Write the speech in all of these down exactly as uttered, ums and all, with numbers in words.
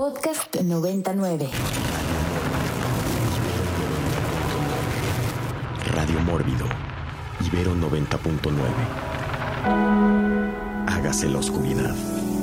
Podcast noventa y nueve. Radio Mórbido, Ibero noventa punto nueve. Hágase la oscuridad.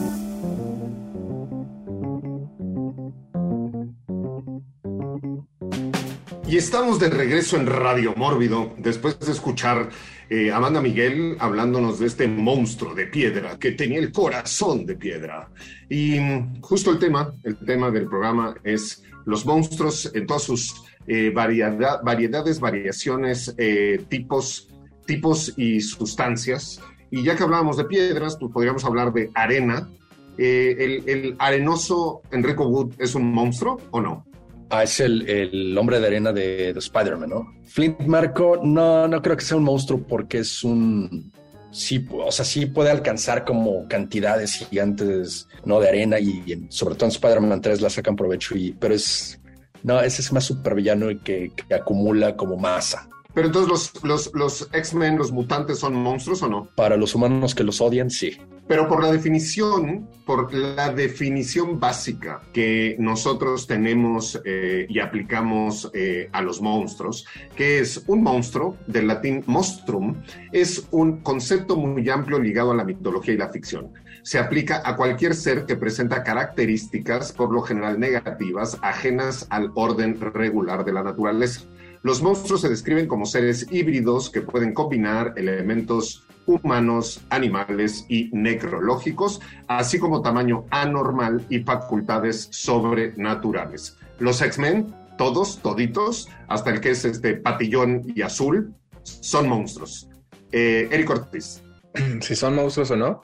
Y estamos de regreso en Radio Mórbido, después de escuchar eh, a Amanda Miguel hablándonos de este monstruo de piedra que tenía el corazón de piedra. Y justo el tema, el tema del programa es los monstruos en todas sus eh, variedad, variedades, variaciones, eh, tipos, tipos y sustancias. Y ya que hablábamos de piedras, pues podríamos hablar de arena. Eh, el, ¿El arenoso Enrico Wood es un monstruo o no? Ah, es el, el hombre de arena de, de Spider-Man, ¿no? Flint Marko, no, no creo que sea un monstruo porque es un... Sí, o sea, sí puede alcanzar como cantidades gigantes, ¿no? De arena y, y sobre todo en Spider-Man tres la sacan provecho, y, pero es... No, ese es más supervillano y que, que acumula como masa. Pero entonces los, los, los X-Men, los mutantes, ¿son monstruos o no? Para los humanos que los odian, sí. Pero por la definición, por la definición básica que nosotros tenemos eh, y aplicamos eh, a los monstruos, que es un monstruo, del latín monstrum, es un concepto muy amplio ligado a la mitología y la ficción. Se aplica a cualquier ser que presenta características, por lo general negativas, ajenas al orden regular de la naturaleza. Los monstruos se describen como seres híbridos que pueden combinar elementos humanos, animales y necrológicos, así como tamaño anormal y facultades sobrenaturales. Los X-Men, todos, toditos, hasta el que es este patillón y azul, son monstruos. Eh, Eric Ortiz. Si son monstruos o no.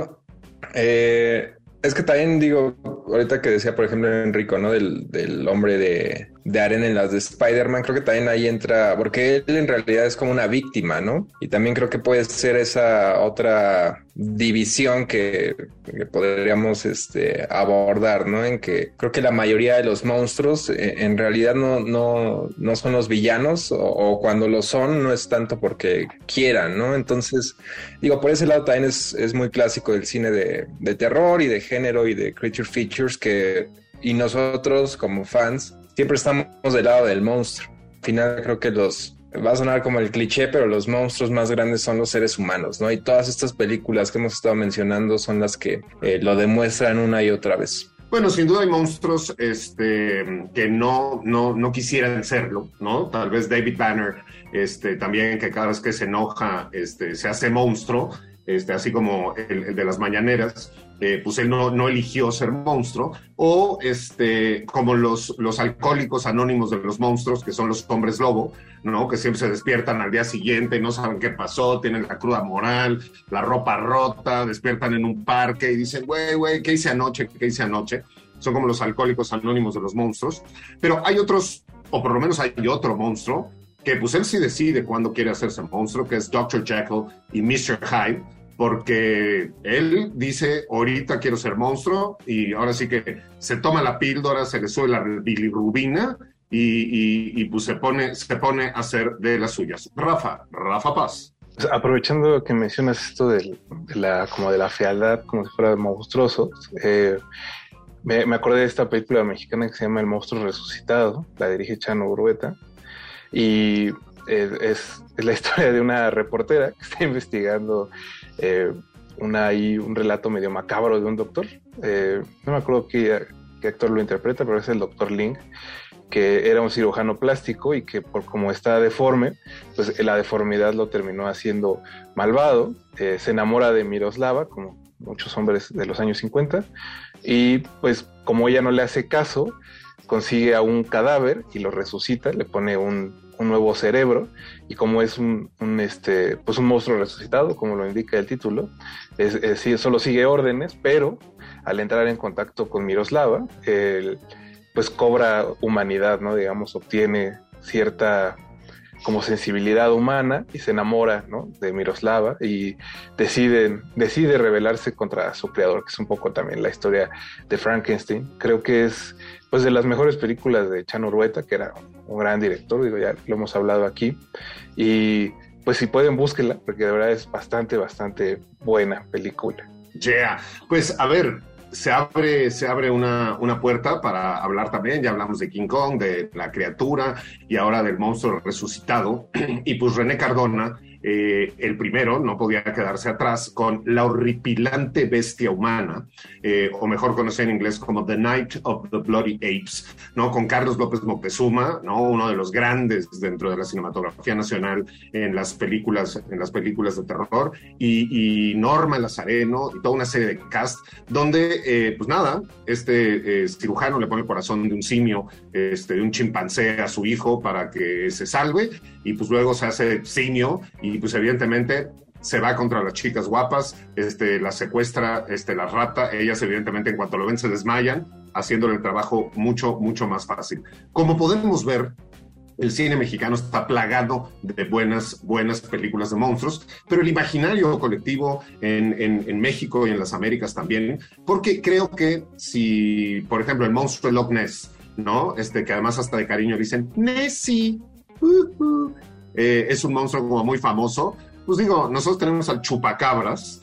eh, es que también digo, ahorita que decía, por ejemplo, Enrico, ¿no? Del, del hombre de, de arena en las de Spider-Man, creo que también ahí entra, porque él en realidad es como una víctima, ¿no? Y también creo que puede ser esa otra división que, que podríamos este, abordar, ¿no? En que creo que la mayoría de los monstruos eh, en realidad no, no, no son los villanos, o, o cuando lo son no es tanto porque quieran, ¿no? Entonces, digo, por ese lado también es, es muy clásico del cine de, de terror y de género y de creature features que, y nosotros como fans siempre estamos del lado del monstruo. Al final creo que los, va a sonar como el cliché, pero los monstruos más grandes son los seres humanos, ¿no? Y todas estas películas que hemos estado mencionando son las que eh, lo demuestran una y otra vez. Bueno, sin duda hay monstruos este, que no, no, no quisieran serlo, ¿no? Tal vez David Banner, este, también, que cada vez que se enoja este, se hace monstruo, este, así como el, el de las mañaneras. Eh, pues él no, no eligió ser monstruo, o este, como los, los alcohólicos anónimos de los monstruos, que son los hombres lobo, ¿no? Que siempre se despiertan al día siguiente, no saben qué pasó, tienen la cruda moral, la ropa rota, despiertan en un parque y dicen, güey, güey, ¿qué hice anoche? ¿Qué hice anoche? Son como los alcohólicos anónimos de los monstruos. Pero hay otros, o por lo menos hay otro monstruo, que pues él sí decide cuándo quiere hacerse monstruo, que es doctor Jekyll y mister Hyde, porque él dice, ahorita quiero ser monstruo, y ahora sí que se toma la píldora, se le sube la bilirrubina y, y, y pues se pone, se pone a hacer de las suyas. Rafa, Rafa Paz. Aprovechando que mencionas esto de, de la, como de la fealdad, como si fuera monstruoso, eh, me, me acordé de esta película mexicana que se llama El Monstruo Resucitado, la dirige Chano Urueta, y eh, es, es la historia de una reportera que está investigando Eh, una, y un relato medio macabro de un doctor. Eh, no me acuerdo qué, qué actor lo interpreta, pero es el doctor Ling, que era un cirujano plástico y que por como está deforme, pues la deformidad lo terminó haciendo malvado. Eh, se enamora de Miroslava, como muchos hombres de los años cincuenta, y pues como ella no le hace caso, consigue a un cadáver y lo resucita, le pone un un nuevo cerebro, y como es un, un este pues un monstruo resucitado, como lo indica el título, es, es, sí, solo sigue órdenes, pero al entrar en contacto con Miroslava, él, pues cobra humanidad, ¿no? Digamos, obtiene cierta como sensibilidad humana y se enamora, ¿no? de Miroslava, y decide, decide rebelarse contra su creador, que es un poco también la historia de Frankenstein. Creo que es pues de las mejores películas de Chano Urueta, que era un gran director, digo, ya lo hemos hablado aquí, y pues si pueden búsquenla, porque de verdad es bastante, bastante buena película. Yeah, pues a ver, se abre, se abre una, una puerta para hablar también, ya hablamos de King Kong, de la criatura y ahora del monstruo resucitado. Y pues René Cardona, eh, el primero, no podía quedarse atrás con La horripilante bestia humana, eh, o mejor conocido en inglés como The Night of the Bloody Apes, ¿no? Con Carlos López Moctezuma, ¿no? Uno de los grandes dentro de la cinematografía nacional en las películas, en las películas de terror, y, y Norma Lazareno y toda una serie de cast, donde, eh, pues nada, este eh, cirujano le pone el corazón de un simio, este, de un chimpancé a su hijo para que se salve, y pues luego se hace simio, y pues evidentemente se va contra las chicas guapas, este, las secuestra, este, la rata, ellas evidentemente en cuanto lo ven se desmayan, haciéndole el trabajo mucho, mucho más fácil. Como podemos ver, el cine mexicano está plagado de buenas, buenas películas de monstruos, pero el imaginario colectivo en, en, en México y en las Américas también, porque creo que si, por ejemplo, el monstruo de Loch Ness, ¿no? Este, que además hasta de cariño dicen Nessie, uh, uh, eh, es un monstruo como muy famoso. Pues digo, nosotros tenemos al chupacabras,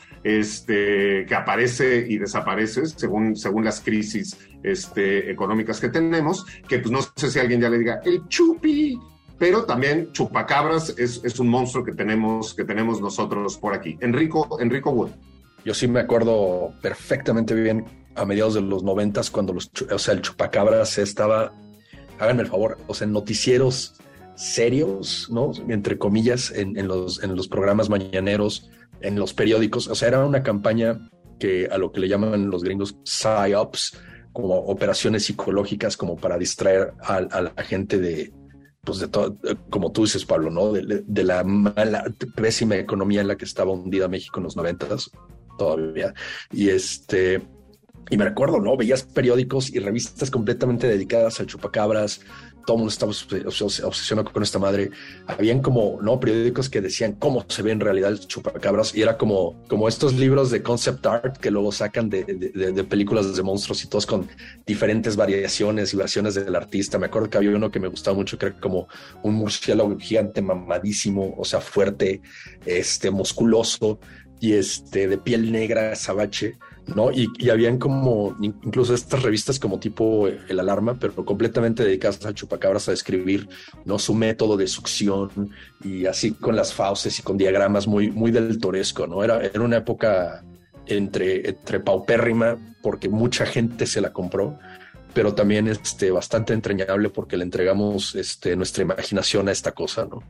este, que aparece y desaparece según, según las crisis este, económicas que tenemos, que pues no sé si alguien ya le diga el chupi, pero también chupacabras es, es un monstruo que tenemos, que tenemos nosotros por aquí. Enrico, Enrico Wood. Yo sí me acuerdo perfectamente bien a mediados de los noventas cuando los, o sea, el chupacabras estaba, háganme el favor, o sea, en noticieros serios, ¿no? Entre comillas, en, en, los, en los programas mañaneros, en los periódicos. O sea, era una campaña que a lo que le llaman los gringos psyops, como operaciones psicológicas, como para distraer a, a la gente de, pues de todo, como tú dices, Pablo, ¿no? De, de la mala, pésima economía en la que estaba hundida México en los noventas, todavía. Y este... Y me recuerdo, ¿no? Veías periódicos y revistas completamente dedicadas al chupacabras. Todo el mundo estaba obsesionado con esta madre. Habían como, ¿no? Periódicos que decían cómo se ve en realidad el chupacabras. Y era como, como estos libros de concept art que luego sacan de, de, de películas de monstruos y todos con diferentes variaciones y versiones del artista. Me acuerdo que había uno que me gustaba mucho, que era como un murciélago gigante mamadísimo, o sea, fuerte, este, musculoso y este, de piel negra, azabache, ¿no? Y, y habían como incluso estas revistas como tipo El Alarma, pero completamente dedicadas al chupacabras, a describir, ¿no? Su método de succión y así con las fauces y con diagramas muy, muy del toresco, ¿no? Era, era una época entre, entre paupérrima porque mucha gente se la compró, pero también este, bastante entrañable porque le entregamos este, nuestra imaginación a esta cosa, ¿no?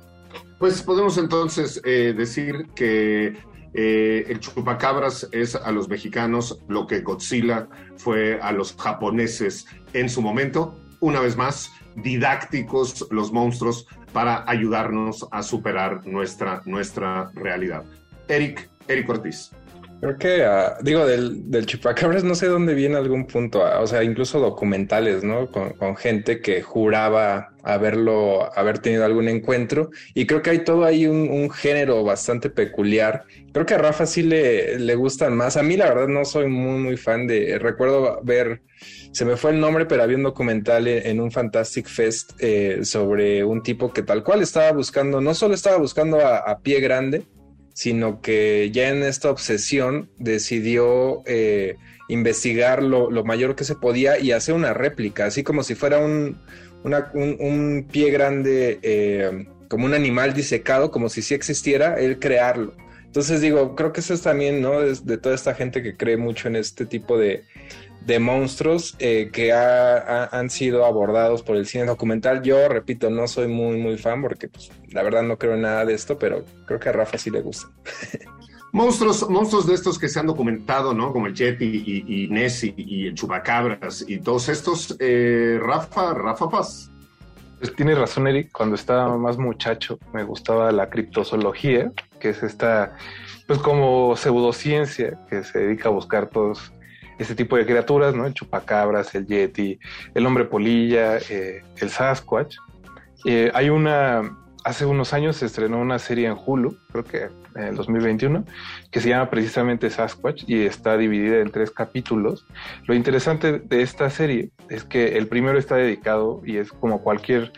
Pues podemos entonces eh, decir que Eh, el chupacabras es a los mexicanos lo que Godzilla fue a los japoneses en su momento. Una vez más, didácticos los monstruos para ayudarnos a superar nuestra, nuestra realidad. Eric, Eric Ortiz. Creo que, uh, digo, del, del chupacabras no sé dónde viene algún punto, uh, o sea, incluso documentales, ¿no? Con, con gente que juraba haberlo, haber tenido algún encuentro, y creo que hay todo ahí un, un género bastante peculiar. Creo que a Rafa sí le, le gustan más. A mí la verdad no soy muy, muy fan de, recuerdo ver, se me fue el nombre, pero había un documental en, en un Fantastic Fest eh, sobre un tipo que tal cual estaba buscando, no solo estaba buscando a, a Pie Grande, sino que ya en esta obsesión decidió eh, investigar lo, lo mayor que se podía y hacer una réplica, así como si fuera un, una, un, un pie grande, eh, como un animal disecado, como si sí existiera, él crearlo. Entonces digo, creo que eso es también, ¿no? De, de toda esta gente que cree mucho en este tipo de, de monstruos eh, que ha, ha, han sido abordados por el cine documental. Yo, repito, no soy muy, muy fan porque pues, la verdad no creo en nada de esto, pero creo que a Rafa sí le gusta. Monstruos, monstruos de estos que se han documentado, ¿no? Como el Yeti y, y Nessie y el Chupacabras y todos estos. Eh, Rafa, Rafa Paz. Pues tienes razón, Eric. Cuando estaba más muchacho me gustaba la criptozoología, que es esta, pues como pseudociencia que se dedica a buscar todos este tipo de criaturas, ¿no? El chupacabras, el yeti, el hombre polilla, eh, el Sasquatch. Eh, hay una, hace unos años se estrenó una serie en Hulu, creo que en el dos mil veintiuno, que se llama precisamente Sasquatch y está dividida en tres capítulos. Lo interesante de esta serie es que el primero está dedicado, y es como cualquier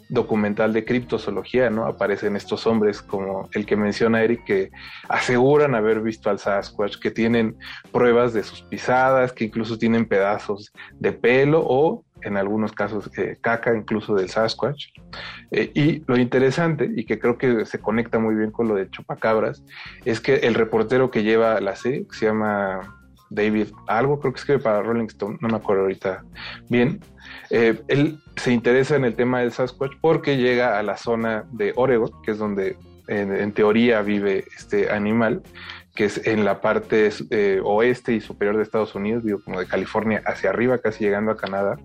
documental de criptozoología, ¿no? Aparecen estos hombres como el que menciona Eric, que aseguran haber visto al Sasquatch, que tienen pruebas de sus pisadas, que incluso tienen pedazos de pelo o en algunos casos eh, caca incluso del Sasquatch. Eh, y lo interesante, y que creo que se conecta muy bien con lo de Chupacabras, es que el reportero que lleva la serie, que se llama David algo, creo que escribe para Rolling Stone, no me acuerdo ahorita bien, eh, él se interesa en el tema del Sasquatch porque llega a la zona de Oregon, que es donde en, en teoría vive este animal, que es en la parte eh, oeste y superior de Estados Unidos, digo, como de California hacia arriba, casi llegando a Canadá.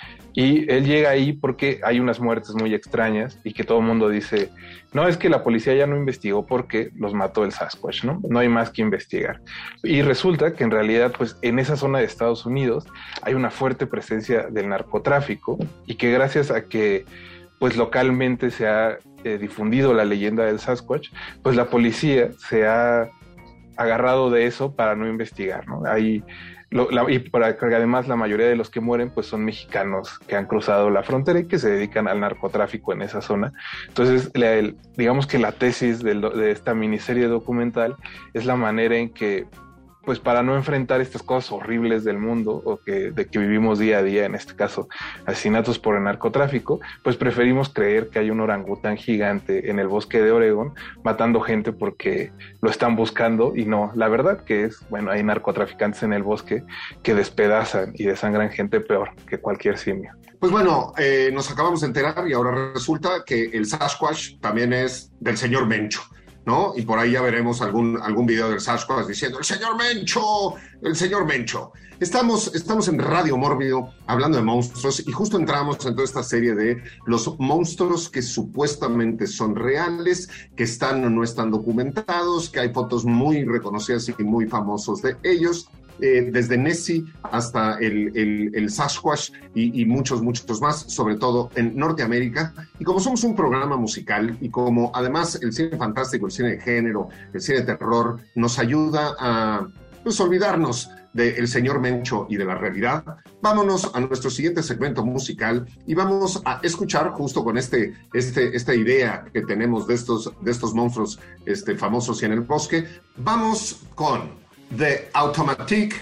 Y él llega ahí porque hay unas muertes muy extrañas y que todo el mundo dice, no, es que la policía ya no investigó porque los mató el Sasquatch, ¿no? No hay más que investigar. Y resulta que en realidad, pues en esa zona de Estados Unidos hay una fuerte presencia del narcotráfico y que gracias a que pues localmente se ha eh, difundido la leyenda del Sasquatch, pues la policía se ha agarrado de eso para no investigar, ¿no? Hay Lo, la, y para que además la mayoría de los que mueren pues son mexicanos que han cruzado la frontera y que se dedican al narcotráfico en esa zona. Entonces, la, el, digamos que la tesis de, de esta miniserie documental es la manera en que, pues para no enfrentar estas cosas horribles del mundo o que, de que vivimos día a día, en este caso asesinatos por el narcotráfico, pues preferimos creer que hay un orangután gigante en el bosque de Oregón matando gente porque lo están buscando, y no, la verdad que es, bueno, hay narcotraficantes en el bosque que despedazan y desangran gente peor que cualquier simio. Pues bueno, eh, nos acabamos de enterar y ahora resulta que el Sasquatch también es del señor Mencho, ¿no? Y por ahí ya veremos algún, algún video del Sasquatch diciendo ¡el señor Mencho! ¡El señor Mencho! Estamos, estamos en Radio Mórbido hablando de monstruos y justo entramos en toda esta serie de los monstruos que supuestamente son reales, que están o no están documentados, que hay fotos muy reconocidas y muy famosos de ellos. Eh, desde Nessie hasta el, el, el Sasquatch y, y muchos, muchos más, sobre todo en Norteamérica. Y como somos un programa musical y como además el cine fantástico, el cine de género, el cine de terror, nos ayuda a pues, olvidarnos del señor Mencho y de la realidad, vámonos a nuestro siguiente segmento musical y vamos a escuchar justo con este, este, esta idea que tenemos de estos, de estos monstruos este, famosos y en el bosque. Vamos con The Automatic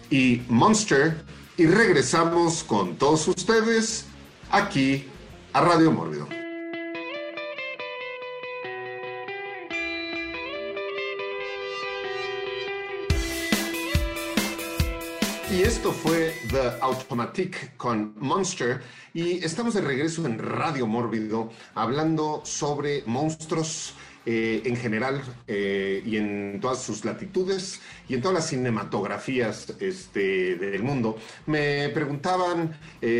y Monster y regresamos con todos ustedes aquí a Radio Mórbido. Y esto fue The Automatic con Monster y estamos de regreso en Radio Mórbido hablando sobre monstruos Eh, en general eh, y en todas sus latitudes y en todas las cinematografías este, del mundo. Me preguntaban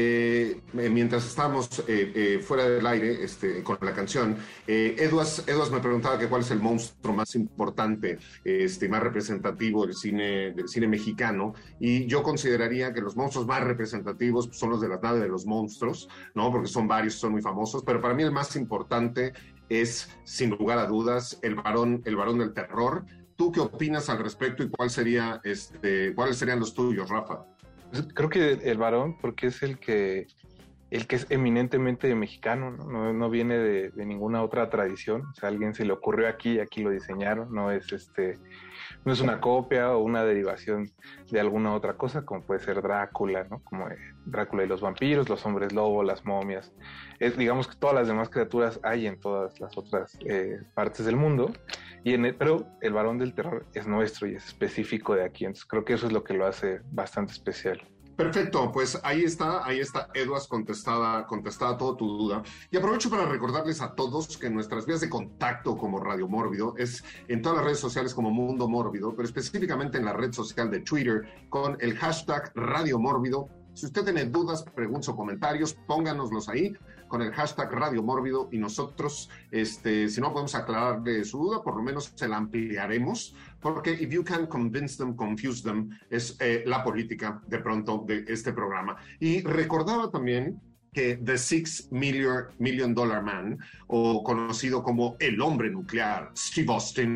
eh, mientras estábamos eh, eh, fuera del aire este, con la canción, eh, Eduas, Eduas me preguntaba que cuál es el monstruo más importante, este, más representativo del cine, del cine mexicano, y yo consideraría que los monstruos más representativos son los de la nave de los monstruos, ¿no? Porque son varios, son muy famosos, pero para mí el más importante es, sin lugar a dudas, el varón, el varón del terror. ¿Tú qué opinas al respecto y cuál sería, este, cuáles serían los tuyos, Rafa? Creo que el varón, porque es el que, el que es eminentemente mexicano, ¿no? No, no viene de, de ninguna otra tradición. O sea, a alguien se le ocurrió aquí y aquí lo diseñaron. No es este, no es una copia o una derivación de alguna otra cosa, como puede ser Drácula, ¿no? Como Drácula y los vampiros, los hombres lobo, las momias. Es, digamos que todas las demás criaturas hay en todas las otras eh, partes del mundo, y en el, pero el varón del terror es nuestro y es específico de aquí, entonces creo que eso es lo que lo hace bastante especial. Perfecto, pues ahí está, ahí está Eduas contestada, contestada toda tu duda. Y aprovecho para recordarles a todos que nuestras vías de contacto como Radio Mórbido es en todas las redes sociales como Mundo Mórbido, pero específicamente en la red social de Twitter con el hashtag Radio Mórbido. Si usted tiene dudas, preguntas o comentarios, pónganoslos ahí con el hashtag Radio Mórbido y nosotros, este, si no podemos aclararle su duda, por lo menos se la ampliaremos, porque if you can convince them, confuse them, es eh, la política de pronto de este programa. Y recordaba también que The Six Million, Million Dollar Man, o conocido como el hombre nuclear, Steve Austin,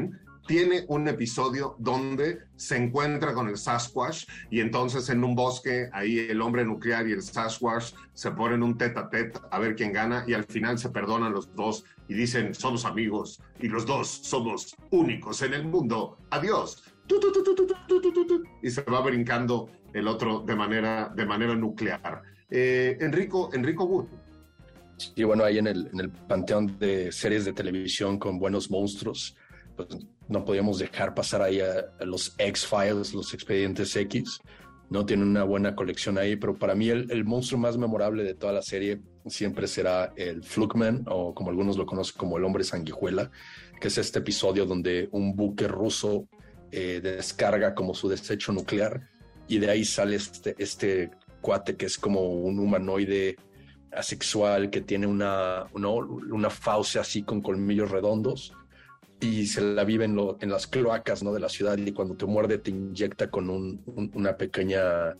tiene un episodio donde se encuentra con el Sasquatch y entonces en un bosque ahí el hombre nuclear y el Sasquatch se ponen un tete a tete a ver quién gana y al final se perdonan los dos y dicen somos amigos y los dos somos únicos en el mundo. Adiós. Tu, tu, tu, tu, tu, tu, tu, tu, tu. Y se va brincando el otro de manera, de manera nuclear. Eh, Enrico, Enrico Wood. Y bueno, ahí en el, en el panteón de series de televisión con buenos monstruos, pues no podíamos dejar pasar ahí a, a los X-Files, los Expedientes X. No tienen una buena colección ahí, pero para mí el, el monstruo más memorable de toda la serie siempre será el Flukman, o como algunos lo conocen como el hombre sanguijuela, que es este episodio donde un buque ruso eh, descarga como su desecho nuclear y de ahí sale este, este cuate que es como un humanoide asexual que tiene una, una, una fauce así con colmillos redondos y se la vive en, lo, en las cloacas, ¿no?, de la ciudad, y cuando te muerde te inyecta con un, un, una pequeña,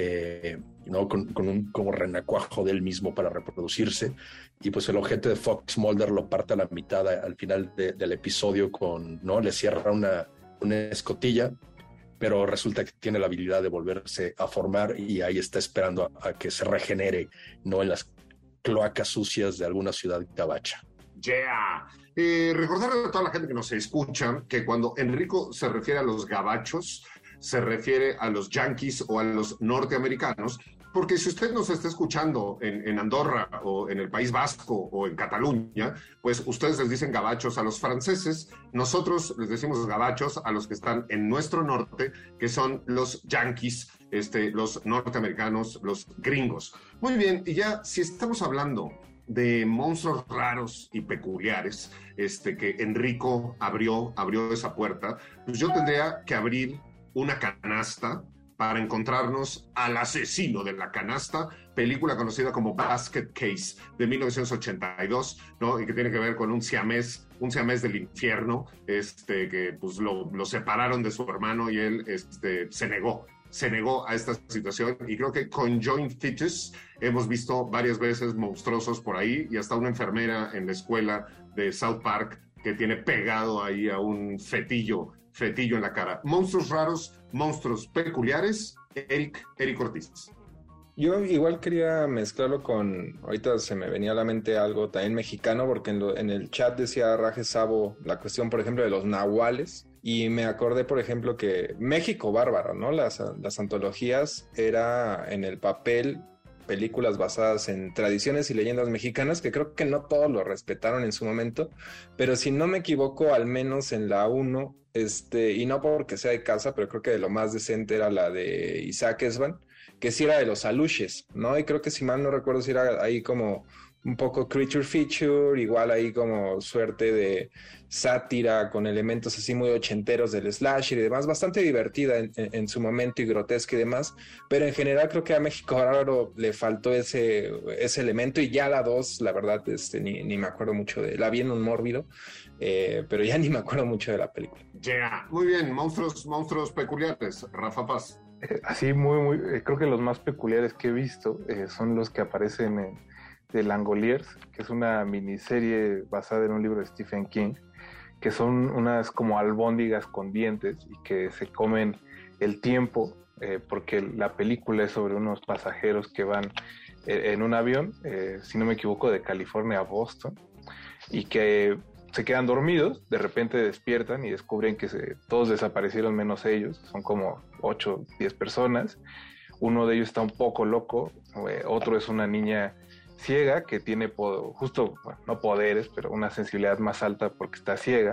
eh, ¿no?, con, con un como renacuajo del mismo para reproducirse, y pues el ojete de Fox Mulder lo parte a la mitad al final de, del episodio con, ¿no?, le cierra una, una escotilla, pero resulta que tiene la habilidad de volverse a formar y ahí está esperando a, a que se regenere, no en las cloacas sucias de alguna ciudad gabacha. Yeah. Eh, recordarle a toda la gente que nos escucha que cuando Enrico se refiere a los gabachos, se refiere a los yanquis o a los norteamericanos, porque si usted nos está escuchando en, en Andorra o en el País Vasco o en Cataluña, pues ustedes les dicen gabachos a los franceses, nosotros les decimos gabachos a los que están en nuestro norte, que son los yanquis, este, los norteamericanos, los gringos. Muy bien, y ya si estamos hablando de monstruos raros y peculiares, este, que Enrico abrió, abrió esa puerta, pues yo tendría que abrir una canasta para encontrarnos al asesino de la canasta, película conocida como Basket Case de mil novecientos ochenta y dos, ¿no? Y que tiene que ver con un siamés, un siamés del infierno, este, que pues lo, lo separaron de su hermano y él este, se negó. se negó a esta situación, y creo que con Joint Fetus hemos visto varias veces monstruosos por ahí, y hasta una enfermera en la escuela de South Park que tiene pegado ahí a un fetillo, fetillo en la cara. Monstruos raros, monstruos peculiares. Eric, Eric Ortiz. Yo igual quería mezclarlo con, ahorita se me venía a la mente algo también mexicano, porque en, lo, en el chat decía Raje Sabo la cuestión, por ejemplo, de los nahuales, y me acordé, por ejemplo, que México Bárbaro, ¿no? Las, las antologías era en el papel películas basadas en tradiciones y leyendas mexicanas, que creo que no todos lo respetaron en su momento, pero si no me equivoco, al menos en la uno, este, y no porque sea de casa, pero creo que de lo más decente era la de Isaac Esban, que sí era de los aluches, ¿no? Y creo que, si mal no recuerdo, si era ahí como un poco creature feature, igual ahí como suerte de sátira con elementos así muy ochenteros del slasher y demás, bastante divertida en, en, en su momento y grotesca y demás, pero en general creo que a México Bárbaro le faltó ese, ese elemento, y ya la dos, la verdad, este, ni, ni me acuerdo mucho de, la vi en un mórbido, eh, pero ya ni me acuerdo mucho de la película. Yeah. Muy bien, monstruos, monstruos peculiares, Rafa Paz. Eh, así muy, muy, eh, creo que los más peculiares que he visto eh, son los que aparecen en The Langoliers, que es una miniserie basada en un libro de Stephen King, que son unas como albóndigas con dientes y que se comen el tiempo, eh, porque la película es sobre unos pasajeros que van eh, en un avión, eh, si no me equivoco, de California a Boston, y que se quedan dormidos, de repente despiertan y descubren que se, todos desaparecieron menos ellos, son como ocho, diez personas. Uno de ellos está un poco loco, eh, otro es una niña ciega que tiene poder, justo, bueno, no poderes, pero una sensibilidad más alta porque está ciega,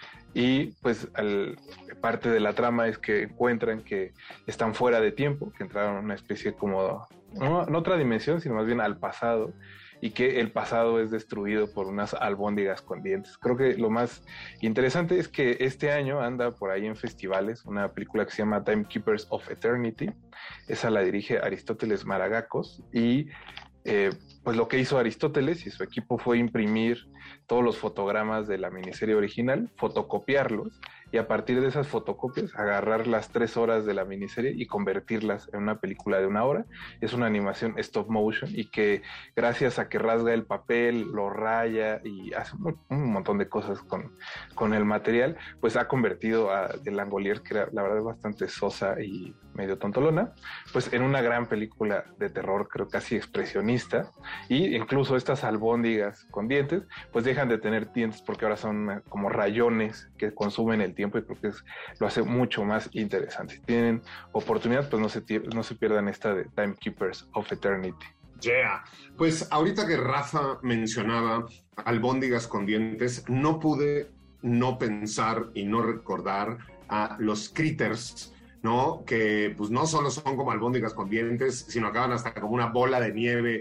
y pues al, parte de la trama es que encuentran que están fuera de tiempo, que entraron en una especie como, no, no otra dimensión, sino más bien al pasado, y que el pasado es destruido por unas albóndigas con dientes. Creo que lo más interesante es que este año anda por ahí en festivales una película que se llama Timekeepers of Eternity. Esa la dirige Aristóteles Maragacos, y eh, pues lo que hizo Aristóteles y su equipo fue imprimir todos los fotogramas de la miniserie original, fotocopiarlos y a partir de esas fotocopias agarrar las tres horas de la miniserie y convertirlas en una película de una hora. Es una animación stop motion y que gracias a que rasga el papel, lo raya y hace un, un montón de cosas con, con el material, pues ha convertido a The Langoliers, que era la verdad bastante sosa y medio tontolona, pues en una gran película de terror, creo casi expresionista. Y incluso estas albóndigas con dientes, pues dejan de tener dientes porque ahora son como rayones que consumen el tiempo y creo que es, lo hace mucho más interesante. Si tienen oportunidad, pues no se, no se pierdan esta de Timekeepers of Eternity. Yeah. Pues ahorita que Rafa mencionaba albóndigas con dientes, no pude no pensar y no recordar a los Critters, ¿no? Que pues no solo son como albóndigas con dientes, sino acaban hasta como una bola de nieve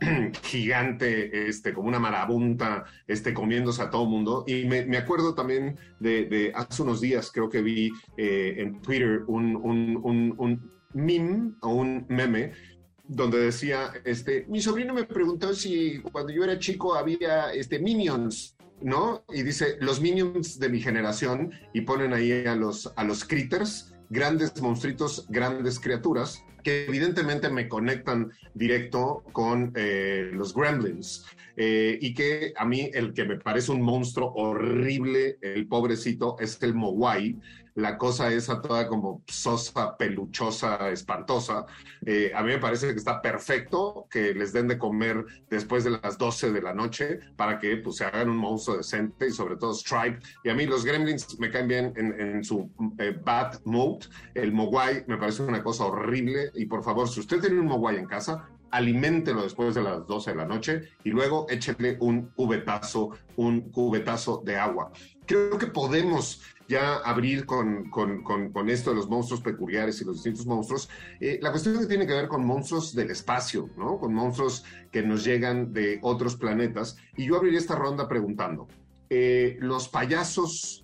gigante, este, como una marabunta, este, comiéndose a todo mundo. Y me, me acuerdo también de, de hace unos días, creo que vi eh, en Twitter un, un, un, un meme o un meme donde decía, este, mi sobrino me preguntó si cuando yo era chico había este, Minions, ¿no? Y dice, los Minions de mi generación, y ponen ahí a los, a los Critters, grandes monstruitos, grandes criaturas, que evidentemente me conectan directo con eh, los Gremlins, eh, y que a mí el que me parece un monstruo horrible, el pobrecito, es el Mogwai, la cosa esa toda como sosa, peluchosa, espantosa. Eh, a mí me parece que está perfecto que les den de comer después de las doce de la noche para que pues, se hagan un monstruo decente y sobre todo Stripe. Y a mí los Gremlins me caen bien en, en su eh, bad mood. El Mogwai me parece una cosa horrible y por favor, si usted tiene un Mogwai en casa, aliméntelo después de las doce de la noche y luego échele un cubetazo, un cubetazo de agua. Creo que podemos ya abrir con, con, con, con esto de los monstruos peculiares y los distintos monstruos. Eh, la cuestión que tiene que ver con monstruos del espacio, ¿no? Con monstruos que nos llegan de otros planetas. Y yo abriría esta ronda preguntando, eh, los payasos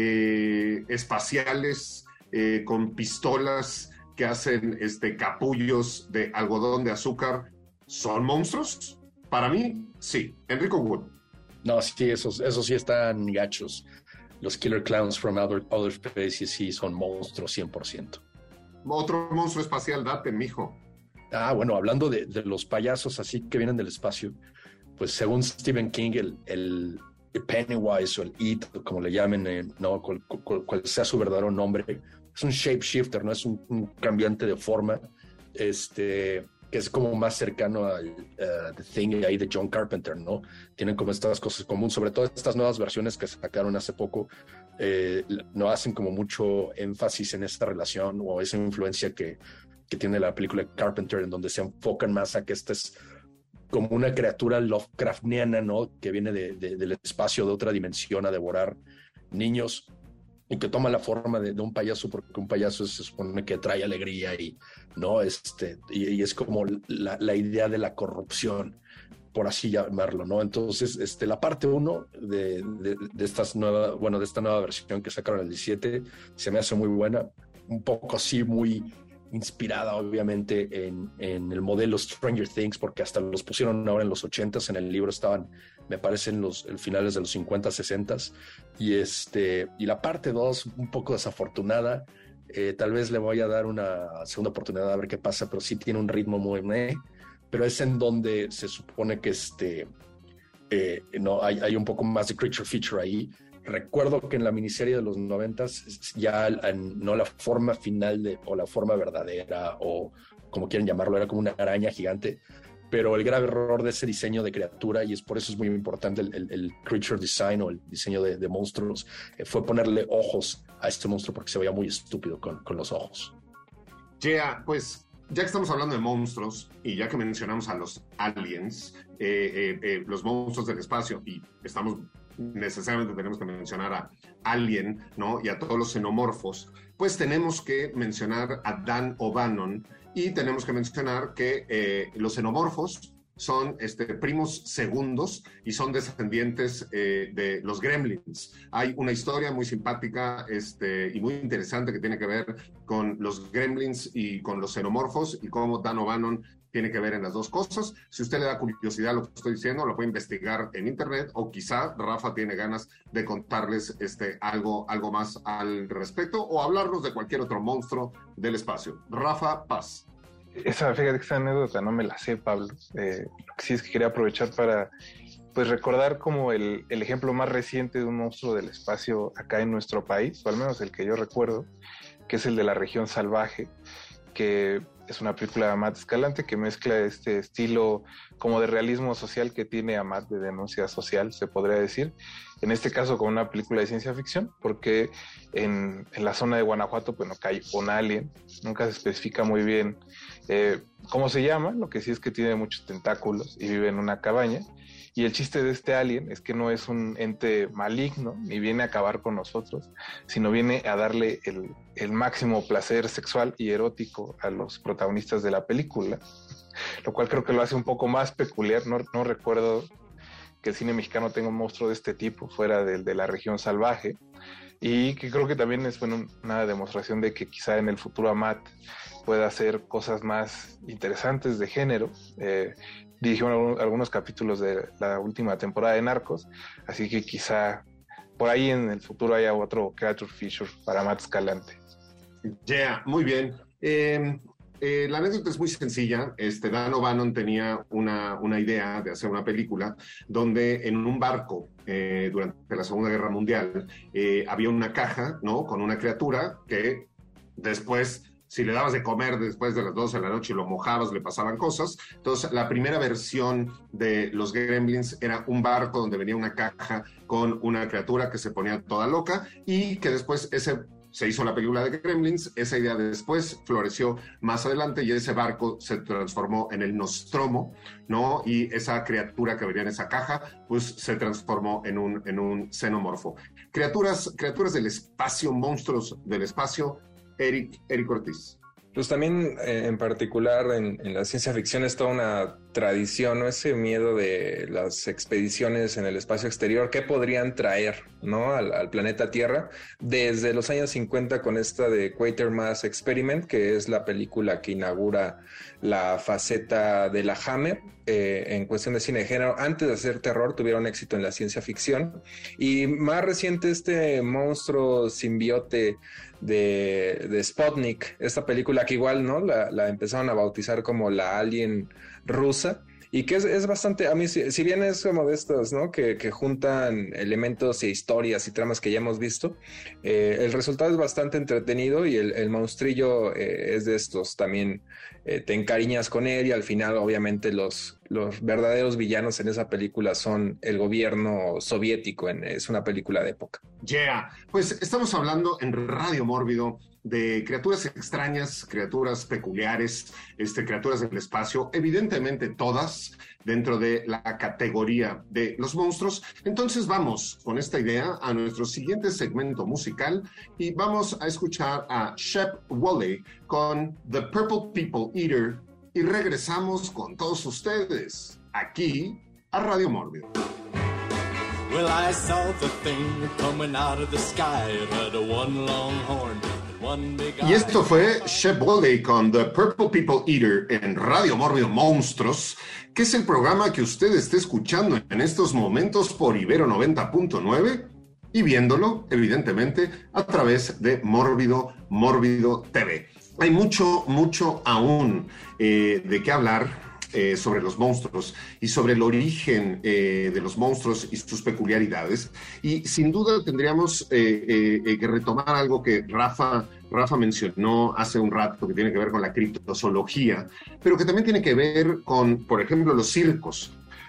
eh, espaciales eh, con pistolas que hacen este, capullos de algodón de azúcar, ¿son monstruos? Para mí, sí. Enrico Wood. No, sí, esos, esos sí están gachos. Los Killer Clowns from Other, other Species sí son monstruos cien por ciento. Otro monstruo espacial, date, mijo. Ah, bueno, hablando de, de los payasos así que vienen del espacio, pues según Stephen King, el, el, el Pennywise o el It, como le llamen, eh, no, cual, cual, cual sea su verdadero nombre, es un shapeshifter, ¿no? Es un, un cambiante de forma, este, que es como más cercano al uh, The Thing ahí de John Carpenter, ¿no? Tienen como estas cosas comunes, sobre todo estas nuevas versiones que sacaron hace poco, eh, no hacen como mucho énfasis en esta relación o esa influencia que, que tiene la película de Carpenter, en donde se enfocan más a que esta es como una criatura Lovecraftiana, ¿no? Que viene de, de, del espacio, de otra dimensión, a devorar niños, y que toma la forma de, de un payaso, porque un payaso se supone que trae alegría y no este y, y es como la, la idea de la corrupción, por así llamarlo, ¿no? Entonces, este, la parte uno de, de, de estas nueva, bueno, de esta nueva versión que sacaron el diecisiete se me hace muy buena, un poco así muy inspirada obviamente en, en el modelo Stranger Things, porque hasta los pusieron ahora en los ochentas, en el libro estaban, me parece, en los en finales de los cincuenta, sesenta, y este y la parte dos un poco desafortunada, eh, tal vez le voy a dar una segunda oportunidad a ver qué pasa, pero sí tiene un ritmo muy meh, pero es en donde se supone que este eh, no hay, hay un poco más de creature feature ahí. Recuerdo que en la miniserie de los noventas ya no la forma final de, o la forma verdadera o como quieren llamarlo, era como una araña gigante, pero el grave error de ese diseño de criatura, y es por eso es muy importante el, el, el creature design o el diseño de, de monstruos, eh, fue ponerle ojos a este monstruo porque se veía muy estúpido con, con los ojos. Yeah, pues ya que estamos hablando de monstruos y ya que mencionamos a los aliens, eh, eh, eh, los monstruos del espacio, y estamos necesariamente tenemos que mencionar a Alien, ¿no? Y a todos los xenomorfos, pues tenemos que mencionar a Dan O'Bannon y tenemos que mencionar que eh, los xenomorfos son este, primos segundos y son descendientes eh, de los Gremlins. Hay una historia muy simpática este, y muy interesante que tiene que ver con los Gremlins y con los xenomorfos y cómo Dan O'Bannon tiene que ver en las dos cosas. Si usted le da curiosidad lo que estoy diciendo, lo puede investigar en internet, o quizá Rafa tiene ganas de contarles este, algo, algo más al respecto, o hablarnos de cualquier otro monstruo del espacio. Rafa, paz. Esa, fíjate que esa anécdota no me la sé, Pablo. Eh, lo que sí es que quería aprovechar para pues recordar como el, el ejemplo más reciente de un monstruo del espacio acá en nuestro país, o al menos el que yo recuerdo, que es el de La Región Salvaje, que es una película de Amat Escalante que mezcla este estilo como de realismo social que tiene Amat, de denuncia social, se podría decir. En este caso con una película de ciencia ficción, porque en, en la zona de Guanajuato, bueno, cae un alien, nunca se especifica muy bien eh, cómo se llama, lo que sí es que tiene muchos tentáculos y vive en una cabaña. Y el chiste de este alien es que no es un ente maligno, ni viene a acabar con nosotros, sino viene a darle el, el máximo placer sexual y erótico a los protagonistas de la película, lo cual creo que lo hace un poco más peculiar. No, no recuerdo que el cine mexicano tenga un monstruo de este tipo, fuera del de La Región Salvaje, y que creo que también es bueno, una demostración de que quizá en el futuro Amat pueda hacer cosas más interesantes de género. Eh, dirigió algunos capítulos de la última temporada de Narcos, así que quizá por ahí en el futuro haya otro creature feature para Amat Escalante. Ya, yeah, muy bien. Eh, eh, la anécdota es muy sencilla. Este, Dan O'Bannon tenía una, una idea de hacer una película donde en un barco eh, durante la Segunda Guerra Mundial eh, había una caja, ¿no?, con una criatura que después, si le dabas de comer después de las doce de la noche y lo mojabas, le pasaban cosas. Entonces, la primera versión de los Gremlins era un barco donde venía una caja con una criatura que se ponía toda loca, y que después ese, se hizo la película de Gremlins. Esa idea después floreció más adelante y ese barco se transformó en el Nostromo, ¿no? Y esa criatura que venía en esa caja, pues se transformó en un, en un xenomorfo. Criaturas, criaturas del espacio, monstruos del espacio. Eric, Eric Ortiz. Pues también eh, en particular en, en la ciencia ficción es toda una tradición, ¿no? Ese miedo de las expediciones en el espacio exterior, ¿qué podrían traer, ¿no?, al, al planeta Tierra? Desde los años cincuenta con esta de Quatermass Experiment, que es la película que inaugura la faceta de la Hammer eh, en cuestión de cine de género. Antes de hacer terror tuvieron éxito en la ciencia ficción, y más reciente este monstruo simbiote de, de Sputnik, esta película que igual, ¿no?, la, la empezaron a bautizar como la Alien rusa, y que es, es bastante, a mí, si, si bien es como de estos, ¿no?, que, que juntan elementos e historias y tramas que ya hemos visto, eh, el resultado es bastante entretenido, y el, el monstrillo eh, es de estos también, eh, te encariñas con él, y al final obviamente los, los verdaderos villanos en esa película son el gobierno soviético, en, es una película de época. Yeah, pues estamos hablando en Radio Mórbido de criaturas extrañas, criaturas peculiares, este, criaturas del espacio, evidentemente todas dentro de la categoría de los monstruos. Entonces vamos con esta idea a nuestro siguiente segmento musical, y vamos a escuchar a Shep Woolley con The Purple People Eater, y regresamos con todos ustedes aquí a Radio Mórbido. Well, I saw the thing coming out of the sky. It had a one long horn and one big eye. Y esto fue Shep Woolley con The Purple People Eater en Radio Mórbido Monstruos, que es el programa que usted está escuchando en estos momentos por Ibero noventa punto nueve y viéndolo, evidentemente, a través de Mórbido, Mórbido T V. Hay mucho, mucho aún eh, de qué hablar Eh, sobre los monstruos y sobre el origen eh, de los monstruos y sus peculiaridades. Y sin duda tendríamos eh, eh, que retomar algo que Rafa, Rafa mencionó hace un rato, que tiene que ver con la criptozoología, pero que también tiene que ver con, por ejemplo, los circos.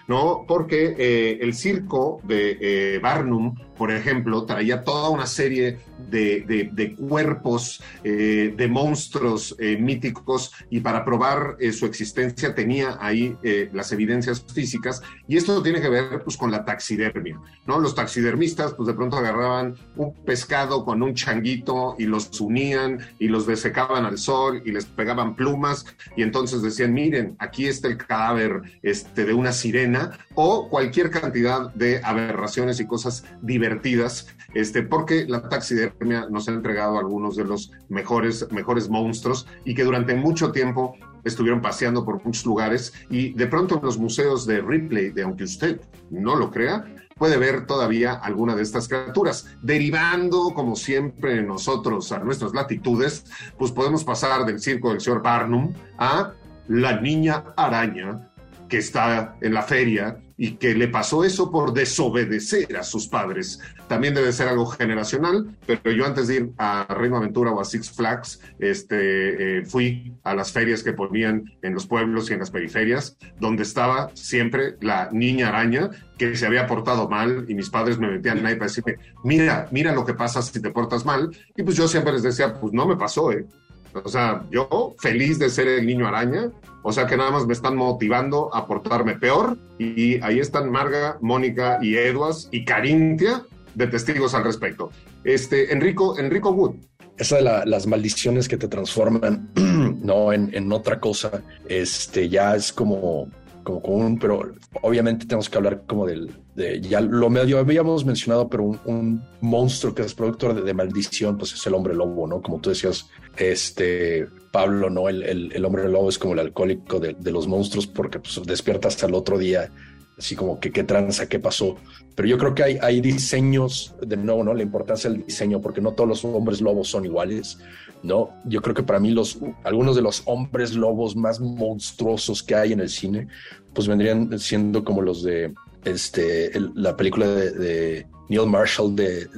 ¿no? Porque eh, el circo de eh, Barnum, por ejemplo, traía toda una serie de, de, de cuerpos, eh, de monstruos eh, míticos, y para probar eh, su existencia tenía ahí eh, las evidencias físicas, y esto tiene que ver pues con la taxidermia, ¿no? Los taxidermistas pues de pronto agarraban un pescado con un changuito y los unían y los desecaban al sol y les pegaban plumas, y entonces decían, miren, aquí está el cadáver este, de una sirena, o cualquier cantidad de aberraciones y cosas divertidas, este, porque la taxidermia nos ha entregado algunos de los mejores, mejores monstruos, y que durante mucho tiempo estuvieron paseando por muchos lugares, y de pronto en los museos de Ripley, de aunque usted no lo crea, puede ver todavía alguna de estas criaturas. Derivando, como siempre nosotros, a nuestras latitudes, pues podemos pasar del circo del señor Barnum a la niña araña, que está en la feria y que le pasó eso por desobedecer a sus padres. También debe ser algo generacional, pero yo antes de ir a Reino Aventura o a Six Flags, este, eh, fui a las ferias que ponían en los pueblos y en las periferias, donde estaba siempre la niña araña que se había portado mal, y mis padres me metían ahí para decirme, mira, mira lo que pasa si te portas mal, y pues yo siempre les decía, pues no me pasó, ¿eh? O sea, yo feliz de ser el niño araña, o sea que nada más me están motivando a portarme peor, y ahí están Marga, Mónica y Edwards y Carintia de testigos al respecto. Este, Enrico, Enrico Wood. Esa de la, las maldiciones que te transforman, no, en, en otra cosa, este, ya es como, como común, pero obviamente tenemos que hablar como del, de, ya lo medio habíamos mencionado, pero un, un monstruo que es productor de, de maldición, pues es el hombre lobo, ¿no? Como tú decías, este, Pablo, ¿no? El, el, el hombre lobo es como el alcohólico de, de los monstruos, porque pues despierta hasta el otro día, así como que qué tranza, qué pasó. Pero yo creo que hay, hay diseños, de nuevo, ¿no? La importancia del diseño, porque no todos los hombres lobos son iguales, ¿no? Yo creo que para mí los, algunos de los hombres lobos más monstruosos que hay en el cine, pues vendrían siendo como los de este, el, la película de, de Neil Marshall de,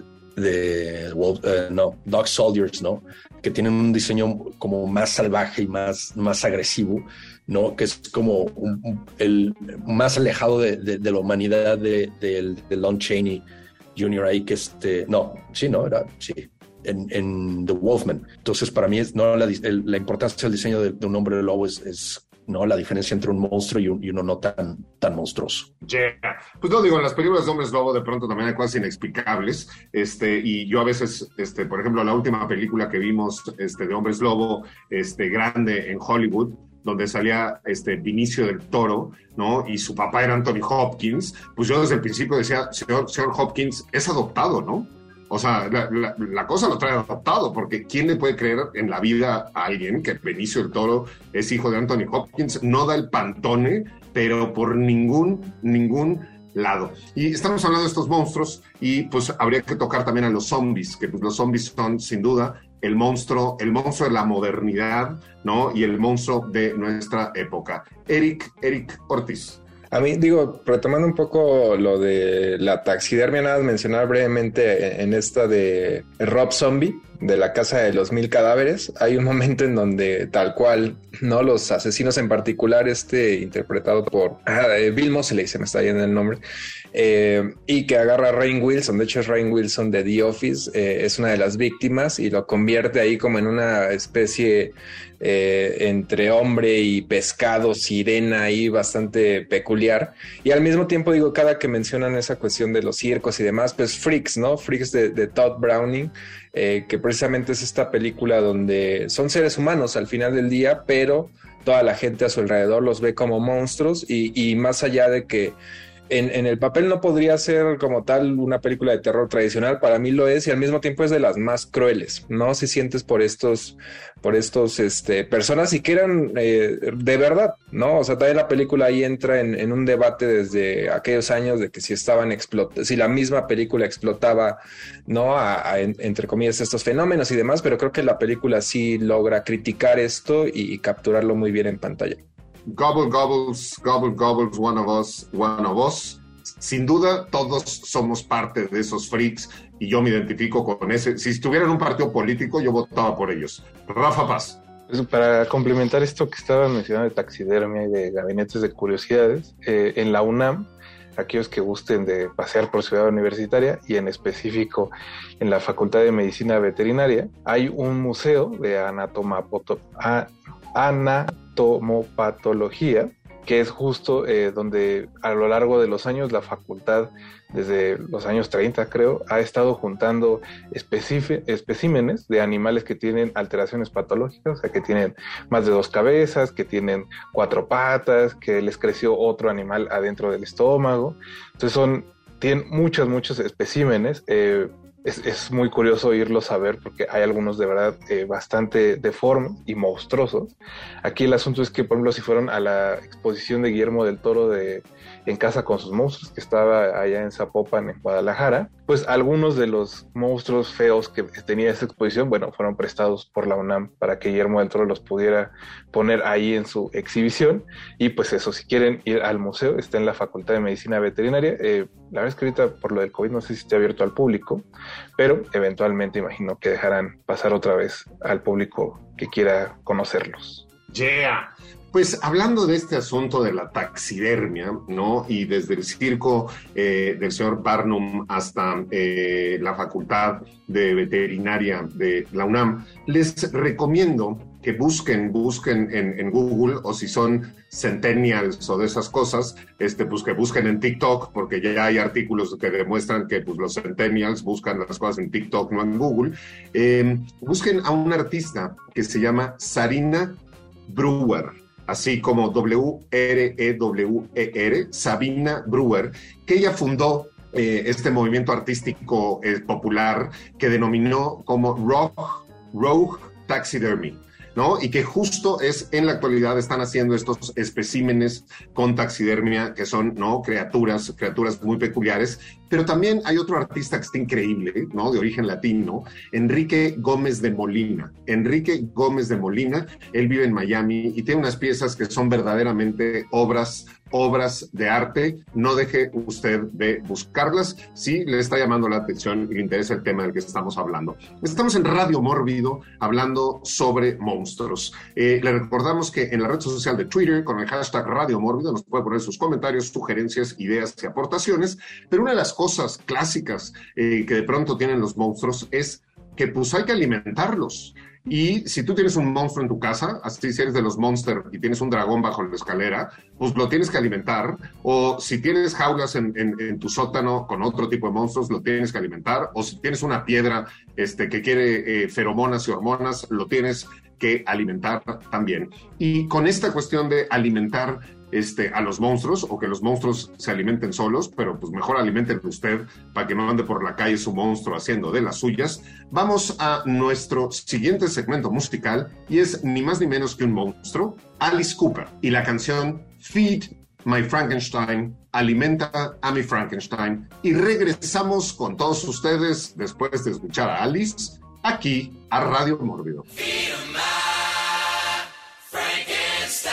de uh, no, Dog Soldiers, ¿no? Que tienen un diseño como más salvaje y más, más agresivo, ¿no? Que es como un, un, el más alejado de, de, de la humanidad de, de, de Lon Chaney junior ahí, que este, no, sí, no, era, sí, en, en The Wolfman. Entonces, para mí, es, no, la, el, la importancia del diseño de, de un hombre lobo es, es no la diferencia entre un monstruo y, un, y uno no tan, tan monstruoso. Yeah. Pues no, digo, en las películas de hombres lobo de pronto también hay cosas inexplicables, este, y yo a veces, este, por ejemplo, la última película que vimos este, de hombres lobo este, grande en Hollywood, donde salía este Vinicio del Toro, ¿no? Y su papá era Anthony Hopkins, pues yo desde el principio decía, señor, señor Hopkins, es adoptado, ¿no? O sea, la, la, la cosa lo trae adoptado, porque ¿quién le puede creer en la vida a alguien que Benicio del Toro es hijo de Anthony Hopkins? No da el pantone, pero por ningún, ningún lado. Y estamos hablando de estos monstruos, y pues habría que tocar también a los zombies, que pues, los zombies son sin duda el monstruo, el monstruo de la modernidad, ¿no? Y el monstruo de nuestra época. Eric, Eric Ortiz. A mí, digo, retomando un poco lo de la taxidermia, nada más mencionar brevemente en esta de Rob Zombie, de la Casa de los Mil Cadáveres, hay un momento en donde tal cual, ¿no? Los asesinos en particular, este interpretado por ah, Bill Moseley, se me está yendo el nombre, eh, y que agarra a Rainn Wilson, de hecho es Rainn Wilson de The Office, eh, es una de las víctimas y lo convierte ahí como en una especie eh, entre hombre y pescado, sirena ahí bastante peculiar, y al mismo tiempo digo, cada que mencionan esa cuestión de los circos y demás, pues Freaks, ¿no? Freaks de, de Todd Browning, eh, que precisamente es esta película donde son seres humanos al final del día, pero toda la gente a su alrededor los ve como monstruos, y, y más allá de que En, en el papel no podría ser como tal una película de terror tradicional, para mí lo es, y al mismo tiempo es de las más crueles, ¿no? Si sientes por estos, por estos, este, personas y que eran eh, de verdad, ¿no? O sea, también la película ahí entra en, en un debate desde aquellos años de que si estaban explotando, si la misma película explotaba, ¿no? A, a, en, entre comillas, estos fenómenos y demás, pero creo que la película sí logra criticar esto y, y capturarlo muy bien en pantalla. Gobble, gobbles, gobble, gobbles, one of us, one of us. Sin duda, todos somos parte de esos freaks, y yo me identifico con ese. Si estuviera en un partido político, yo votaba por ellos. Rafa Paz. Pues para complementar esto que estaban mencionando de taxidermia y de gabinetes de curiosidades, eh, en la UNAM, aquellos que gusten de pasear por Ciudad Universitaria y en específico en la Facultad de Medicina Veterinaria, hay un museo de anatomapoto- a- anatomopatología, que es justo eh, donde a lo largo de los años la facultad, desde los años treinta creo, ha estado juntando específ- especímenes de animales que tienen alteraciones patológicas, o sea, que tienen más de dos cabezas, que tienen cuatro patas, que les creció otro animal adentro del estómago. Entonces son, tienen muchos, muchos especímenes. Eh, Es, es muy curioso irlos a ver porque hay algunos de verdad eh, bastante deformes y monstruosos. Aquí el asunto es que, por ejemplo, si fueron a la exposición de Guillermo del Toro de En casa con sus monstruos, que estaba allá en Zapopan, en Guadalajara, pues algunos de los monstruos feos que tenía esa exposición, bueno, fueron prestados por la UNAM para que Guillermo del Toro los pudiera poner ahí en su exhibición. Y pues eso, si quieren ir al museo, está en la Facultad de Medicina Veterinaria. Eh, la verdad es que ahorita por lo del COVID no sé si esté abierto al público, pero eventualmente imagino que dejarán pasar otra vez al público que quiera conocerlos. Yeah. Pues hablando de este asunto de la taxidermia, ¿no? Y desde el circo eh, del señor Barnum hasta eh, la Facultad de Veterinaria de la UNAM, les recomiendo que busquen, busquen en, en Google, o si son centennials o de esas cosas, este, pues que busquen en TikTok, porque ya hay artículos que demuestran que pues, los centennials buscan las cosas en TikTok, no en Google. Eh, busquen a un artista que se llama Sarina Brewer, así como W R E W E R, Sabina Brewer, que ella fundó eh, este movimiento artístico eh, popular que denominó como Rogue, Rogue Taxidermy, ¿no? Y que justo es, en la actualidad están haciendo estos especímenes con taxidermia que son, ¿no? Criaturas, criaturas muy peculiares. Pero también hay otro artista que está increíble, ¿no? De origen latino, Enrique Gómez de Molina. Enrique Gómez de Molina, él vive en Miami y tiene unas piezas que son verdaderamente obras obras de arte. No deje usted de buscarlas si le está llamando la atención y le interesa el tema del que estamos hablando. Estamos en Radio Mórbido hablando sobre monstruos. Eh, le recordamos que en la red social de Twitter, con el hashtag Radio Mórbido, nos puede poner sus comentarios, sugerencias, ideas y aportaciones, pero una de las cosas clásicas eh, que de pronto tienen los monstruos es que pues hay que alimentarlos. Y si tú tienes un monstruo en tu casa, así si eres de los Monster y tienes un dragón bajo la escalera, pues lo tienes que alimentar. O si tienes jaulas en, en, en tu sótano con otro tipo de monstruos, lo tienes que alimentar. O si tienes una piedra este, que quiere eh, feromonas y hormonas, lo tienes que alimentar también. Y con esta cuestión de alimentar Este, a los monstruos, o que los monstruos se alimenten solos, pero pues mejor alimentenlo usted para que no ande por la calle su monstruo haciendo de las suyas. Vamos a nuestro siguiente segmento musical y es ni más ni menos que un monstruo, Alice Cooper, y la canción Feed My Frankenstein, alimenta a mi Frankenstein, y regresamos con todos ustedes después de escuchar a Alice aquí a Radio Mórbido. Feed my Frankenstein.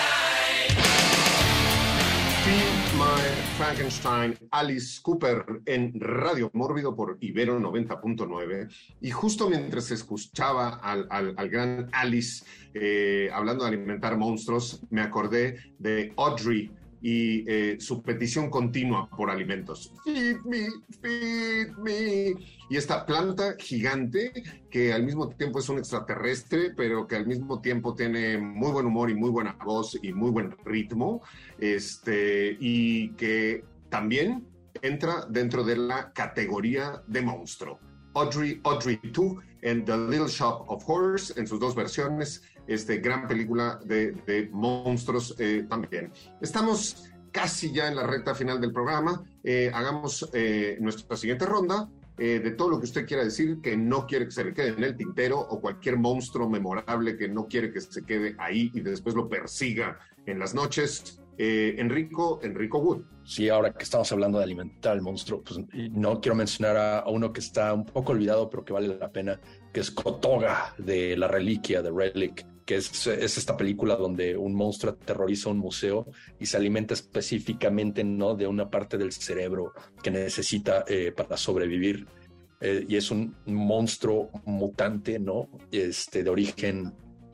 Frankenstein, Alice Cooper en Radio Mórbido por Ibero noventa punto nueve. Y justo mientras se escuchaba al, al, al gran Alice eh, hablando de alimentar monstruos, me acordé de Audrey y eh, su petición continua por alimentos. Feed me, feed me. Y esta planta gigante que al mismo tiempo es un extraterrestre, pero que al mismo tiempo tiene muy buen humor y muy buena voz y muy buen ritmo, este, y que también entra dentro de la categoría de monstruo. Audrey, Audrey dos en The Little Shop of Horrors, en sus dos versiones, este, gran película de, de monstruos eh, también. Estamos casi ya en la recta final del programa. Eh, hagamos eh, nuestra siguiente ronda eh, de todo lo que usted quiera decir que no quiere que se le quede en el tintero, o cualquier monstruo memorable que no quiere que se quede ahí y después lo persiga en las noches. Eh, Enrico, Enrico Wood. Sí, ahora que estamos hablando de alimentar al monstruo, pues no quiero mencionar a, a uno que está un poco olvidado, pero que vale la pena, que es Kotoga, de La Reliquia, de Relic, que es, es esta película donde un monstruo aterroriza un museo y se alimenta específicamente, ¿no?, de una parte del cerebro que necesita eh, para sobrevivir. Eh, y es un monstruo mutante, ¿no?, este, de origen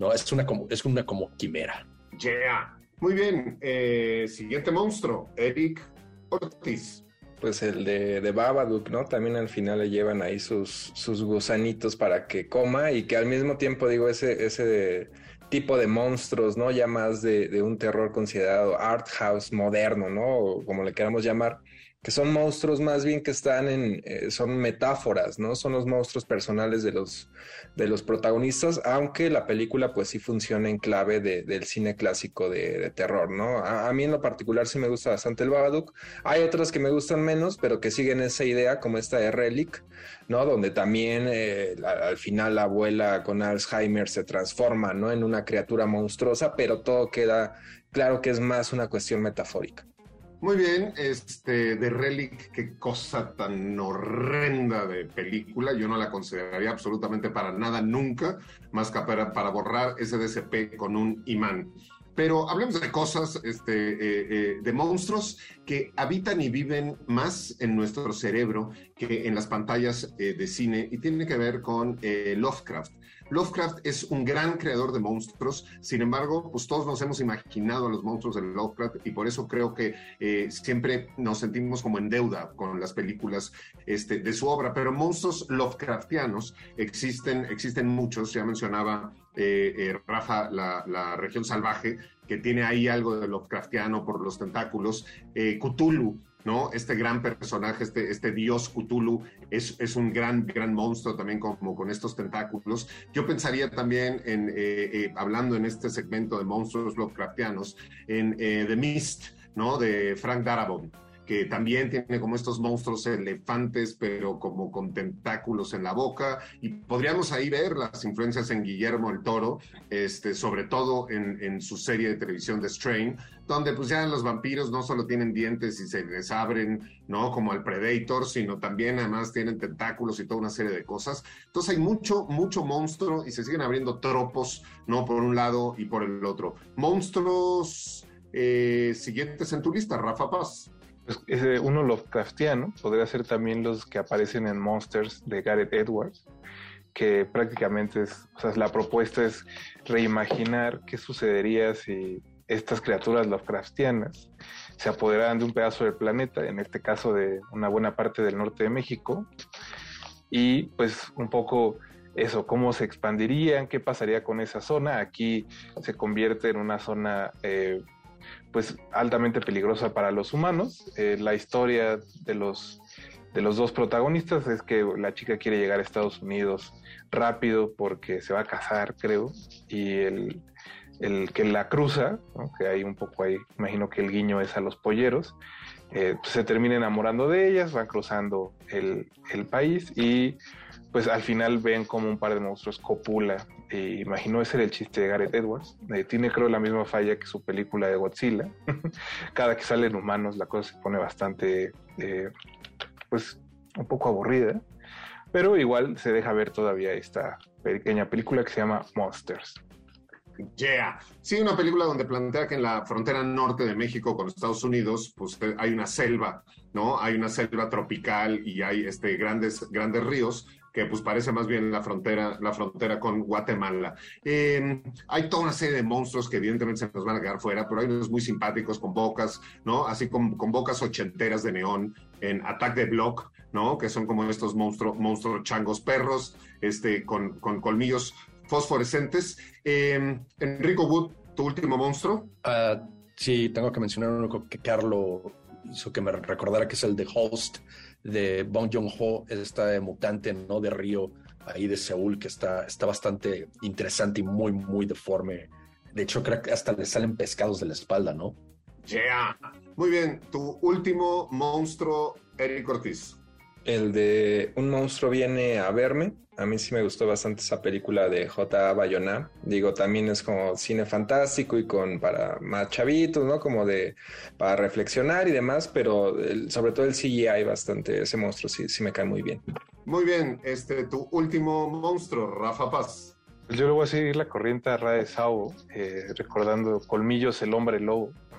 No, es una como, es una como quimera. Yeah. Muy bien. Eh, siguiente monstruo, Eric Ortiz. Pues el de, de Babadook, ¿no? También al final le llevan ahí sus, sus gusanitos para que coma y que al mismo tiempo, digo, ese, ese de, tipo de monstruos, ¿no? Ya más de, de un terror considerado art house moderno, ¿no? O como le queramos llamar, que son monstruos más bien que están en, eh, son metáforas, ¿no? Son los monstruos personales de los, de los protagonistas, aunque la película pues sí funciona en clave de, del cine clásico de, de terror, ¿no? A, a mí en lo particular sí me gusta bastante el Babadook. Hay otras que me gustan menos, pero que siguen esa idea, como esta de Relic, ¿no? Donde también eh, la, al final la abuela con Alzheimer se transforma, ¿no? En una criatura monstruosa, pero todo queda claro que es más una cuestión metafórica. Muy bien, este, de Relic, qué cosa tan horrenda de película, yo no la consideraría absolutamente para nada nunca, más que para, para borrar ese D C P con un imán. Pero hablemos de cosas, este, eh, eh, de monstruos que habitan y viven más en nuestro cerebro que en las pantallas eh, de cine, y tiene que ver con eh, Lovecraft. Lovecraft es un gran creador de monstruos, sin embargo, pues todos nos hemos imaginado a los monstruos de Lovecraft y por eso creo que eh, siempre nos sentimos como en deuda con las películas este, de su obra, pero monstruos Lovecraftianos existen, existen muchos. Ya mencionaba eh, eh, Rafa la, la región salvaje, que tiene ahí algo de Lovecraftiano por los tentáculos. eh, Cthulhu, ¿no? Este gran personaje, este, este dios Cthulhu, es, es un gran, gran monstruo también como con estos tentáculos. Yo pensaría también en, eh, eh, hablando en este segmento de monstruos Lovecraftianos, en eh, The Mist, ¿no? De Frank Darabont, que también tiene como estos monstruos elefantes, pero como con tentáculos en la boca, y podríamos ahí ver las influencias en Guillermo el Toro, este, sobre todo en, en su serie de televisión The Strain, donde pues ya los vampiros no solo tienen dientes y se les abren, ¿no? Como el Predator, sino también además tienen tentáculos y toda una serie de cosas. Entonces hay mucho, mucho monstruo y se siguen abriendo tropos, ¿no? Por un lado y por el otro. Monstruos eh, siguientes en tu lista, Rafa Paz. Pues ese uno Lovecraftiano podría ser también los que aparecen en Monsters de Gareth Edwards, que prácticamente es, o sea, la propuesta es reimaginar qué sucedería si estas criaturas Lovecraftianas se apoderaran de un pedazo del planeta, en este caso de una buena parte del norte de México, y pues un poco eso, cómo se expandirían, qué pasaría con esa zona. Aquí se convierte en una zona eh, pues altamente peligrosa para los humanos. Eh, la historia de los, de los dos protagonistas es que la chica quiere llegar a Estados Unidos rápido porque se va a casar, creo, y el, el que la cruza, ¿no? Que hay un poco ahí, imagino que el guiño es a los polleros, eh, pues se termina enamorando de ellas, van cruzando el, el país y pues al final ven como un par de monstruos copula. Eh, imagino ese era el chiste de Gareth Edwards. Eh, tiene creo la misma falla que su película de Godzilla. Cada que salen humanos la cosa se pone bastante, eh, pues un poco aburrida. Pero igual se deja ver todavía esta pequeña película que se llama Monsters. Yeah. Sí, una película donde plantea que en la frontera norte de México con Estados Unidos, pues hay una selva, ¿no? Hay una selva tropical y hay este, grandes, grandes ríos que pues parece más bien la frontera, la frontera con Guatemala. Eh, hay toda una serie de monstruos que evidentemente se nos van a quedar fuera, pero hay unos muy simpáticos con bocas, ¿no? Así con, con bocas ochenteras de neón en Attack the Block, ¿no? Que son como estos monstruos, monstruos changos perros, este, con, con colmillos fosforescentes. Eh, Enrico Wood, ¿tu último monstruo? Uh, sí, tengo que mencionar uno que Carlo hizo que me recordara, que es el de Host, de Bong Joon-ho, esta mutante, ¿no? De río ahí de Seúl, que está, está bastante interesante y muy, muy deforme. De hecho, creo que hasta le salen pescados de la espalda, ¿no? Yeah. Muy bien, tu último monstruo, Eric Ortiz. El de Un monstruo viene a verme. A mí sí me gustó bastante esa película de J A. Bayona. Digo, también es como cine fantástico y con para más chavitos, ¿no? Como de para reflexionar y demás, pero el, sobre todo el C G I bastante, ese monstruo sí, sí me cae muy bien. Muy bien, este, tu último monstruo, Rafa Paz. Pues yo le voy a seguir la corriente a Rae Sao, eh, recordando Colmillos, el hombre lobo,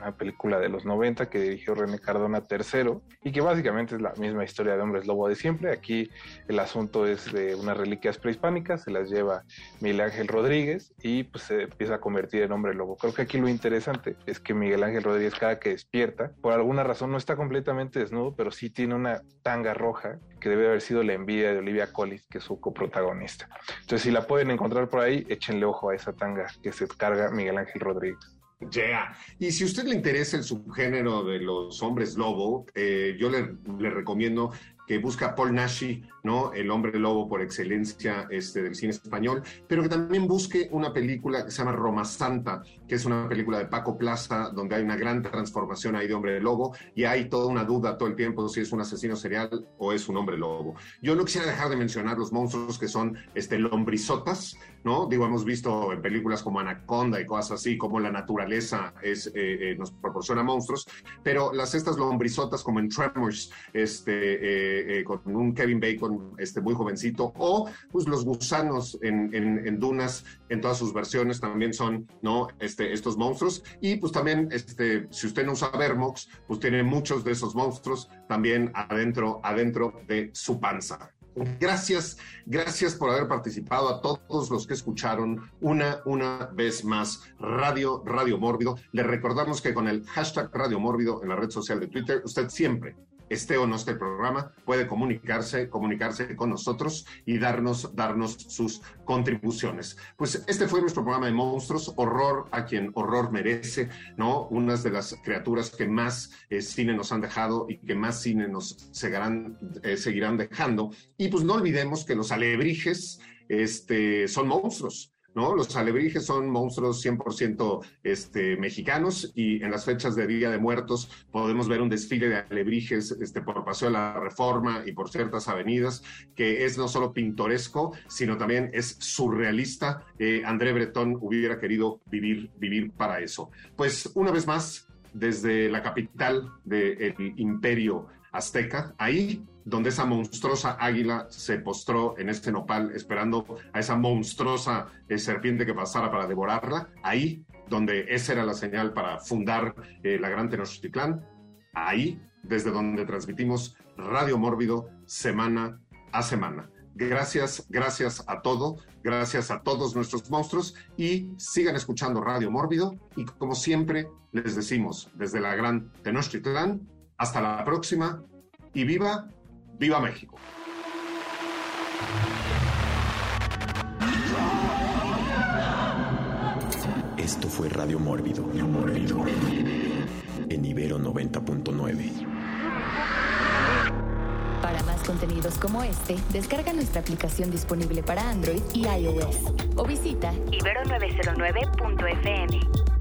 una película de los noventa que dirigió René Cardona tercero y que básicamente es la misma historia de Hombres Lobo de siempre. Aquí el asunto es de unas reliquias prehispánicas, se las lleva Miguel Ángel Rodríguez y pues se empieza a convertir en hombre lobo. Creo que aquí lo interesante es que Miguel Ángel Rodríguez, cada que despierta, por alguna razón no está completamente desnudo, pero sí tiene una tanga roja que debe haber sido la envidia de Olivia Collie, que es su coprotagonista. Entonces, si la pueden encontrar por ahí, échenle ojo a esa tanga que se carga Miguel Ángel Rodríguez. Yeah. Y si a usted le interesa el subgénero de los hombres lobo, eh, yo le, le recomiendo que busque a Paul Naschy, ¿no? El hombre lobo por excelencia este, del cine español, pero que también busque una película que se llama Roma Santa, que es una película de Paco Plaza, donde hay una gran transformación ahí de hombre lobo, y hay toda una duda todo el tiempo si es un asesino serial o es un hombre lobo. Yo no quisiera dejar de mencionar los monstruos que son este, lombrizotas, ¿no? Digo, hemos visto en películas como Anaconda y cosas así, como la naturaleza es, eh, eh, nos proporciona monstruos, pero las estas lombrizotas como en Tremors, este... Eh, Eh, con un Kevin Bacon este, muy jovencito, o pues los gusanos en, en, en Dunas, en todas sus versiones también son, ¿no? Este, estos monstruos, y pues también, este, si usted no usa Vermox, pues tiene muchos de esos monstruos también adentro, adentro de su panza. Gracias, gracias por haber participado a todos los que escucharon una, una vez más Radio, Radio Mórbido. Les recordamos que con el hashtag Radio Mórbido en la red social de Twitter, usted siempre, esté o no esté el programa, puede comunicarse, comunicarse con nosotros y darnos, darnos sus contribuciones. Pues este fue nuestro programa de monstruos, horror a quien horror merece, ¿no? Unas de las criaturas que más eh, cine nos han dejado y que más cine nos seguirán, eh, seguirán dejando. Y pues no olvidemos que los alebrijes este, son monstruos, ¿no? Los alebrijes son monstruos cien por ciento este, mexicanos, y en las fechas de Día de Muertos podemos ver un desfile de alebrijes este, por Paseo de la Reforma y por ciertas avenidas, que es no solo pintoresco, sino también es surrealista. Eh, André Breton hubiera querido vivir, vivir para eso. Pues una vez más, desde la capital del imperio azteca, ahí donde esa monstruosa águila se postró en este nopal esperando a esa monstruosa eh, serpiente que pasara para devorarla, ahí donde esa era la señal para fundar eh, la Gran Tenochtitlán, ahí desde donde transmitimos Radio Mórbido semana a semana. Gracias, gracias a todo, gracias a todos nuestros monstruos, y sigan escuchando Radio Mórbido, y como siempre les decimos desde la Gran Tenochtitlán, hasta la próxima, y viva, viva México. Esto fue Radio Mórbido, Mórbido, en Ibero noventa punto nueve. Para más contenidos como este, descarga nuestra aplicación disponible para Android y iOS o visita ibero novecientos nueve punto f m.